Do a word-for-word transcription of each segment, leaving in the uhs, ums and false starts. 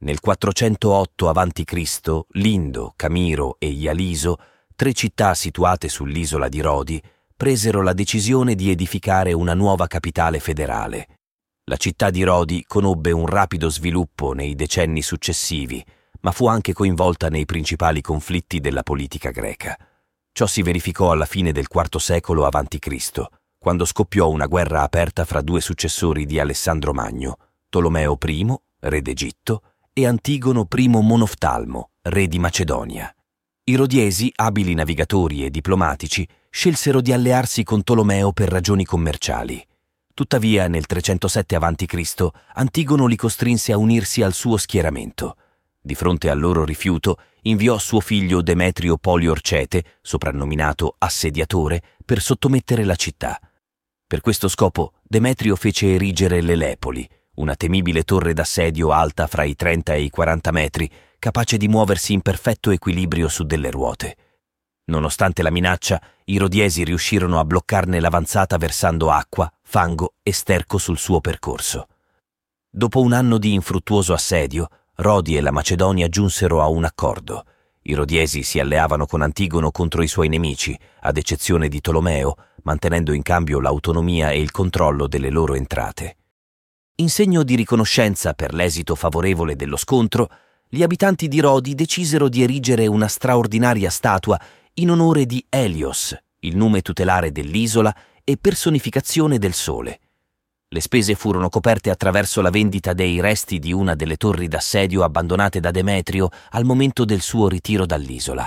Nel quattrocentootto avanti Cristo Lindo, Camiro e Ialiso, tre città situate sull'isola di Rodi, presero la decisione di edificare una nuova capitale federale. La città di Rodi conobbe un rapido sviluppo nei decenni successivi, ma fu anche coinvolta nei principali conflitti della politica greca. Ciò si verificò alla fine del quarto secolo avanti Cristo, quando scoppiò una guerra aperta fra due successori di Alessandro Magno, Tolomeo I, re d'Egitto, e Antigono I Monoftalmo, re di Macedonia. I rodiesi, abili navigatori e diplomatici, scelsero di allearsi con Tolomeo per ragioni commerciali. Tuttavia, nel trecentosette avanti Cristo, Antigono li costrinse a unirsi al suo schieramento. Di fronte al loro rifiuto, inviò suo figlio Demetrio Poliorcete, soprannominato assediatore, per sottomettere la città. Per questo scopo, Demetrio fece erigere l'Elepoli, una temibile torre d'assedio alta fra i trenta e i quaranta metri, capace di muoversi in perfetto equilibrio su delle ruote. Nonostante la minaccia, i rodiesi riuscirono a bloccarne l'avanzata versando acqua, fango e sterco sul suo percorso. Dopo un anno di infruttuoso assedio, Rodi e la Macedonia giunsero a un accordo. I rodiesi si alleavano con Antigono contro i suoi nemici, ad eccezione di Tolomeo, mantenendo in cambio l'autonomia e il controllo delle loro entrate. In segno di riconoscenza per l'esito favorevole dello scontro, gli abitanti di Rodi decisero di erigere una straordinaria statua in onore di Helios, il nume tutelare dell'isola e personificazione del sole. Le spese furono coperte attraverso la vendita dei resti di una delle torri d'assedio abbandonate da Demetrio al momento del suo ritiro dall'isola.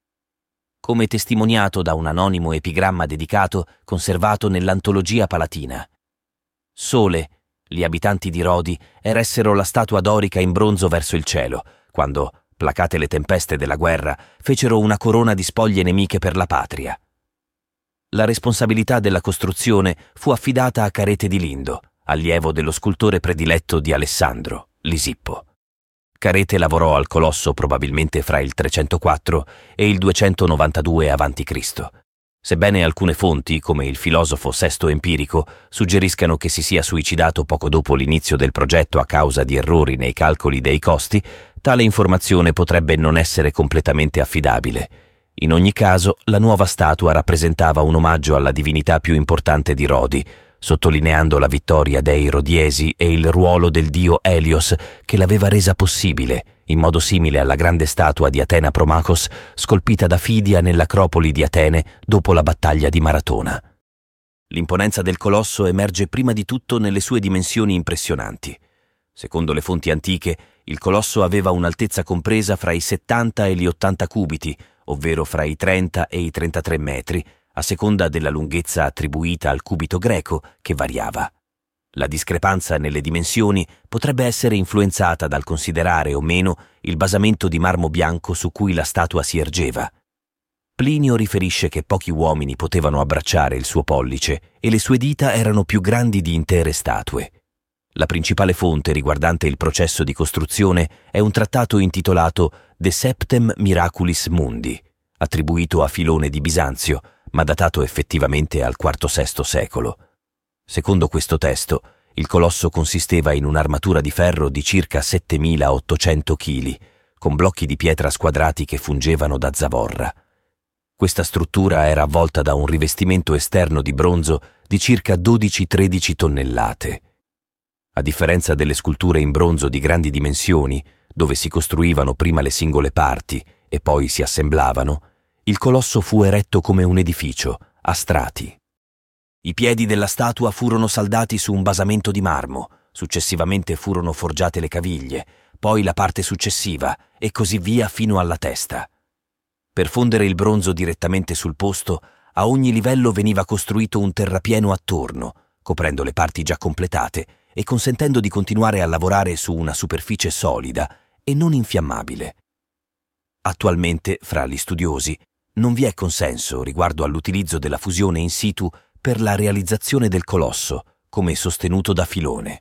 Come testimoniato da un anonimo epigramma dedicato conservato nell'Antologia Palatina. Sole, gli abitanti di Rodi eressero la statua dorica in bronzo verso il cielo, quando, placate le tempeste della guerra, fecero una corona di spoglie nemiche per la patria. La responsabilità della costruzione fu affidata a Carete di Lindo, allievo dello scultore prediletto di Alessandro, Lisippo. Carete lavorò al colosso probabilmente fra il trecentoquattro e il duecentonovantadue avanti Cristo. Sebbene alcune fonti, come il filosofo Sesto Empirico, suggeriscano che si sia suicidato poco dopo l'inizio del progetto a causa di errori nei calcoli dei costi, tale informazione potrebbe non essere completamente affidabile. In ogni caso, la nuova statua rappresentava un omaggio alla divinità più importante di Rodi, sottolineando la vittoria dei rodiesi e il ruolo del dio Helios che l'aveva resa possibile, in modo simile alla grande statua di Atena Promachos scolpita da Fidia nell'acropoli di Atene dopo la battaglia di Maratona. L'imponenza del colosso emerge prima di tutto nelle sue dimensioni impressionanti. Secondo le fonti antiche, il colosso aveva un'altezza compresa fra i settanta e gli ottanta cubiti, ovvero fra i trenta e i trentatré metri, a seconda della lunghezza attribuita al cubito greco, che variava. La discrepanza nelle dimensioni potrebbe essere influenzata dal considerare o meno il basamento di marmo bianco su cui la statua si ergeva. Plinio riferisce che pochi uomini potevano abbracciare il suo pollice e le sue dita erano più grandi di intere statue. La principale fonte riguardante il processo di costruzione è un trattato intitolato De Septem Miraculis Mundi, attribuito a Filone di Bisanzio, ma datato effettivamente al quarto-sesto secolo. Secondo questo testo, il colosso consisteva in un'armatura di ferro di circa settemilaottocento chili, con blocchi di pietra squadrati che fungevano da zavorra. Questa struttura era avvolta da un rivestimento esterno di bronzo di circa dodici tredici tonnellate. A differenza delle sculture in bronzo di grandi dimensioni, dove si costruivano prima le singole parti e poi si assemblavano, il colosso fu eretto come un edificio, a strati. I piedi della statua furono saldati su un basamento di marmo, successivamente furono forgiate le caviglie, poi la parte successiva e così via fino alla testa. Per fondere il bronzo direttamente sul posto, a ogni livello veniva costruito un terrapieno attorno, coprendo le parti già completate e consentendo di continuare a lavorare su una superficie solida e non infiammabile. Attualmente, fra gli studiosi, non vi è consenso riguardo all'utilizzo della fusione in situ per la realizzazione del colosso, come sostenuto da Filone.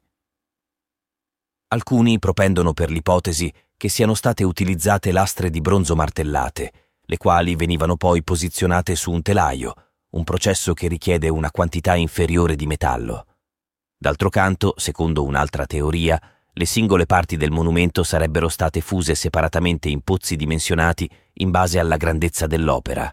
Alcuni propendono per l'ipotesi che siano state utilizzate lastre di bronzo martellate, le quali venivano poi posizionate su un telaio, un processo che richiede una quantità inferiore di metallo. D'altro canto, secondo un'altra teoria, Le singole parti del monumento sarebbero state fuse separatamente in pozzi dimensionati in base alla grandezza dell'opera.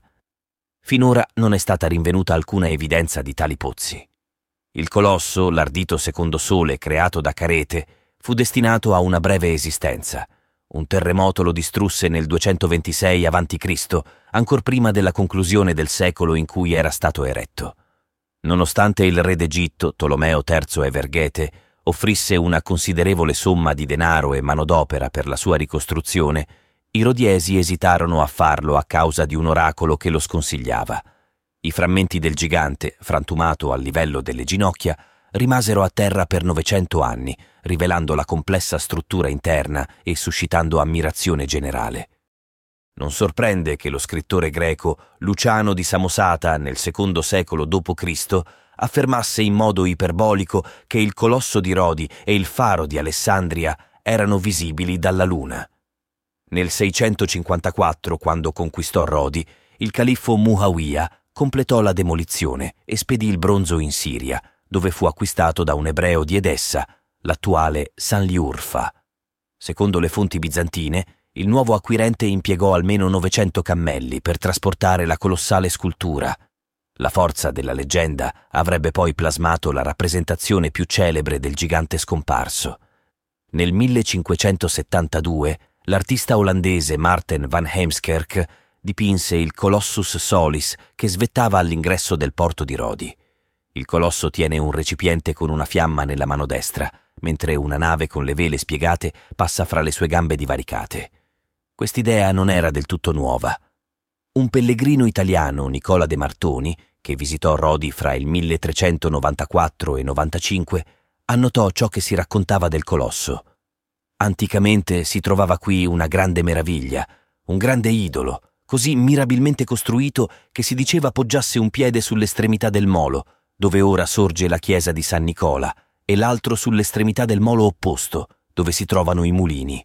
Finora non è stata rinvenuta alcuna evidenza di tali pozzi. Il colosso, l'ardito secondo sole creato da Carete, fu destinato a una breve esistenza. Un terremoto lo distrusse nel duecentoventisei avanti Cristo, ancor prima della conclusione del secolo in cui era stato eretto. Nonostante il re d'Egitto, Tolomeo terzo Evergete, offrisse una considerevole somma di denaro e manodopera per la sua ricostruzione, i rodiesi esitarono a farlo a causa di un oracolo che lo sconsigliava. I frammenti del gigante, frantumato al livello delle ginocchia, rimasero a terra per novecento anni, rivelando la complessa struttura interna e suscitando ammirazione generale. Non sorprende che lo scrittore greco Luciano di Samosata, nel secondo secolo dopo Cristo, affermasse in modo iperbolico che il colosso di Rodi e il faro di Alessandria erano visibili dalla luna. Nel seicentocinquantaquattro, quando conquistò Rodi, il califfo Muawiyah completò la demolizione e spedì il bronzo in Siria, dove fu acquistato da un ebreo di Edessa, l'attuale Sanliurfa. Secondo le fonti bizantine, il nuovo acquirente impiegò almeno novecento cammelli per trasportare la colossale scultura. La forza della leggenda avrebbe poi plasmato la rappresentazione più celebre del gigante scomparso. Nel millecinquecentosettantadue, l'artista olandese Maarten van Heemskerck dipinse il Colossus Solis che svettava all'ingresso del porto di Rodi. Il colosso tiene un recipiente con una fiamma nella mano destra, mentre una nave con le vele spiegate passa fra le sue gambe divaricate. Quest'idea non era del tutto nuova. Un pellegrino italiano, Nicola De Martoni, che visitò Rodi fra il milletrecentonovantaquattro e novantacinque, annotò ciò che si raccontava del colosso. Anticamente si trovava qui una grande meraviglia, un grande idolo, così mirabilmente costruito che si diceva poggiasse un piede sull'estremità del molo, dove ora sorge la chiesa di San Nicola, e l'altro sull'estremità del molo opposto, dove si trovano i mulini.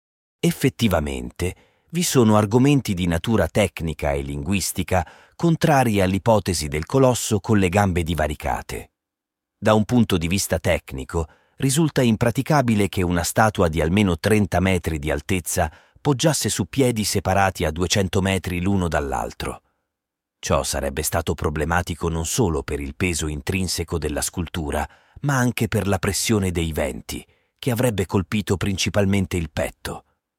Effettivamente, vi sono argomenti di natura tecnica e linguistica contrari all'ipotesi del colosso con le gambe divaricate. Da un punto di vista tecnico, risulta impraticabile che una statua di almeno trenta metri di altezza poggiasse su piedi separati a duecento metri l'uno dall'altro. Ciò sarebbe stato problematico non solo per il peso intrinseco della scultura, ma anche per la pressione dei venti, che avrebbe colpito principalmente il petto.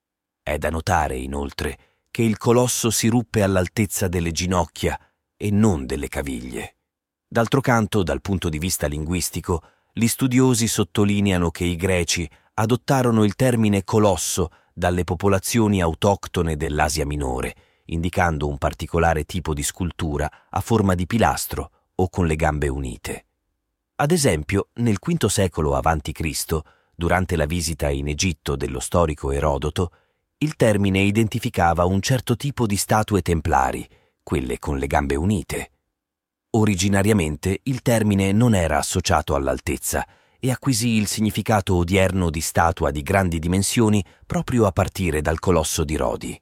È da notare, inoltre, che il colosso si ruppe all'altezza delle ginocchia e non delle caviglie. D'altro canto, dal punto di vista linguistico, gli studiosi sottolineano che i greci adottarono il termine colosso dalle popolazioni autoctone dell'Asia Minore, indicando un particolare tipo di scultura a forma di pilastro o con le gambe unite. Ad esempio, nel quinto secolo avanti Cristo, durante la visita in Egitto dello storico Erodoto, il termine identificava un certo tipo di statue templari, quelle con le gambe unite. Originariamente il termine non era associato all'altezza e acquisì il significato odierno di statua di grandi dimensioni proprio a partire dal colosso di Rodi.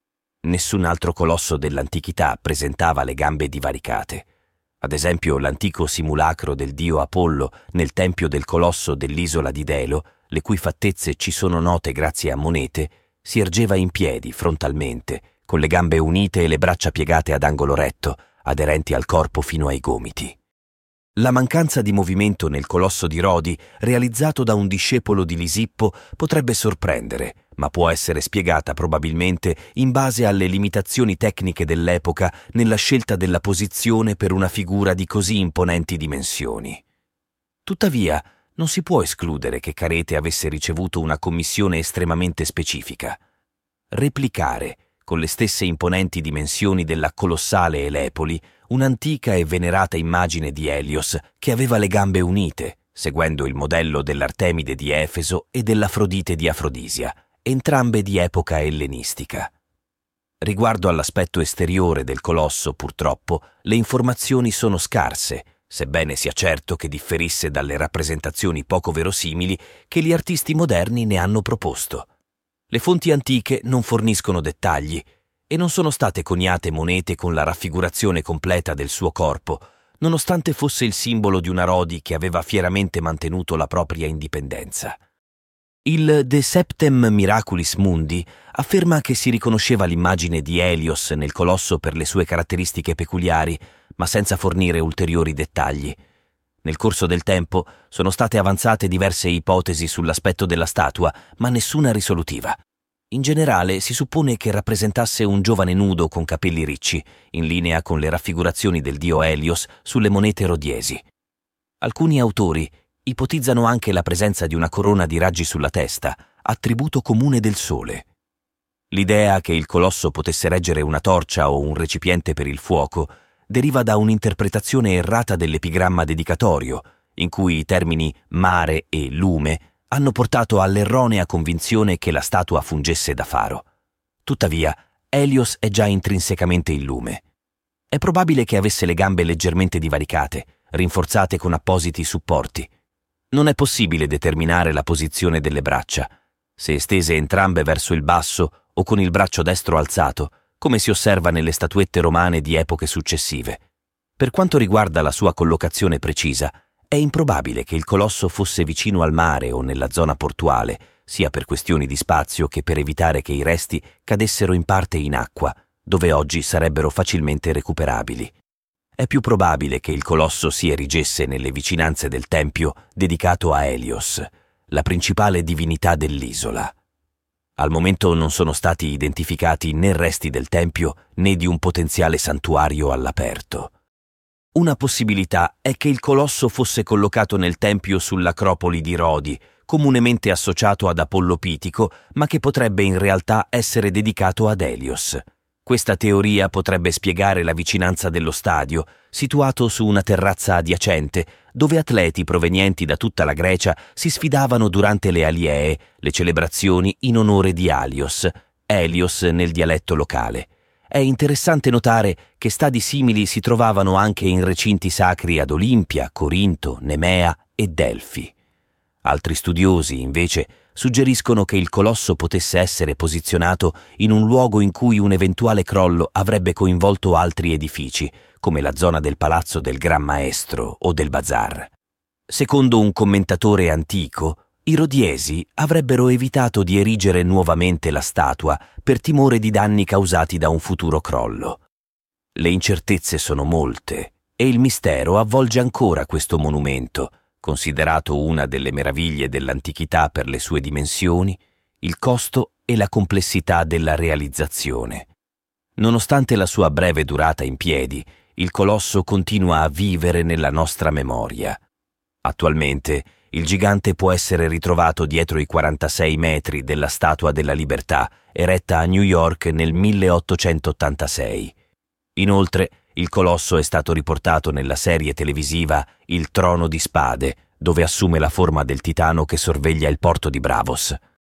Nessun altro colosso dell'antichità presentava le gambe divaricate. Ad esempio, l'antico simulacro del dio Apollo nel tempio del colosso dell'isola di Delo, le cui fattezze ci sono note grazie a monete, si ergeva in piedi frontalmente, con le gambe unite e le braccia piegate ad angolo retto, aderenti al corpo fino ai gomiti. La mancanza di movimento nel colosso di Rodi, realizzato da un discepolo di Lisippo, potrebbe sorprendere, ma può essere spiegata probabilmente in base alle limitazioni tecniche dell'epoca nella scelta della posizione per una figura di così imponenti dimensioni. Tuttavia, non si può escludere che Carete avesse ricevuto una commissione estremamente specifica: replicare, con le stesse imponenti dimensioni della colossale Elepoli, un'antica e venerata immagine di Elios che aveva le gambe unite, seguendo il modello dell'Artemide di Efeso e dell'Afrodite di Afrodisia, entrambe di epoca ellenistica. Riguardo all'aspetto esteriore del colosso, purtroppo, le informazioni sono scarse, sebbene sia certo che differisse dalle rappresentazioni poco verosimili che gli artisti moderni ne hanno proposto. Le fonti antiche non forniscono dettagli e non sono state coniate monete con la raffigurazione completa del suo corpo, nonostante fosse il simbolo di una Rodi che aveva fieramente mantenuto la propria indipendenza. Il De Septem Miraculis Mundi afferma che si riconosceva l'immagine di Helios nel colosso per le sue caratteristiche peculiari, ma senza fornire ulteriori dettagli. Nel corso del tempo sono state avanzate diverse ipotesi sull'aspetto della statua, ma nessuna risolutiva. In generale si suppone che rappresentasse un giovane nudo con capelli ricci, in linea con le raffigurazioni del dio Helios sulle monete rodiesi. Alcuni autori ipotizzano anche la presenza di una corona di raggi sulla testa, attributo comune del Sole. L'idea che il colosso potesse reggere una torcia o un recipiente per il fuoco deriva da un'interpretazione errata dell'epigramma dedicatorio, in cui i termini mare e lume hanno portato all'erronea convinzione che la statua fungesse da faro. Tuttavia, Helios è già intrinsecamente il lume. È probabile che avesse le gambe leggermente divaricate, rinforzate con appositi supporti. Non è possibile determinare la posizione delle braccia, se stese entrambe verso il basso o con il braccio destro alzato, come si osserva nelle statuette romane di epoche successive. Per quanto riguarda la sua collocazione precisa, è improbabile che il colosso fosse vicino al mare o nella zona portuale, sia per questioni di spazio che per evitare che i resti cadessero in parte in acqua, dove oggi sarebbero facilmente recuperabili. È più probabile che il colosso si erigesse nelle vicinanze del tempio dedicato a Helios, la principale divinità dell'isola. Al momento non sono stati identificati né resti del tempio né di un potenziale santuario all'aperto. Una possibilità è che il colosso fosse collocato nel tempio sull'acropoli di Rodi, comunemente associato ad Apollo Pitico, ma che potrebbe in realtà essere dedicato ad Helios. Questa teoria potrebbe spiegare la vicinanza dello stadio, situato su una terrazza adiacente, dove atleti provenienti da tutta la Grecia si sfidavano durante le Aliee, le celebrazioni in onore di Halios, Helios nel dialetto locale. È interessante notare che stadi simili si trovavano anche in recinti sacri ad Olimpia, Corinto, Nemea e Delfi. Altri studiosi, invece, suggeriscono che il colosso potesse essere posizionato in un luogo in cui un eventuale crollo avrebbe coinvolto altri edifici, come la zona del Palazzo del Gran Maestro o del Bazar. Secondo un commentatore antico, i rodiesi avrebbero evitato di erigere nuovamente la statua per timore di danni causati da un futuro crollo. Le incertezze sono molte e il mistero avvolge ancora questo monumento, considerato una delle meraviglie dell'antichità per le sue dimensioni, il costo e la complessità della realizzazione. Nonostante la sua breve durata in piedi, il colosso continua a vivere nella nostra memoria. Attualmente, il gigante può essere ritrovato dietro i quarantasei metri della Statua della Libertà, eretta a New York nel milleottocentottantasei. Inoltre, il colosso è stato riportato nella serie televisiva Il Trono di Spade, dove assume la forma del titano che sorveglia il porto di Bravos.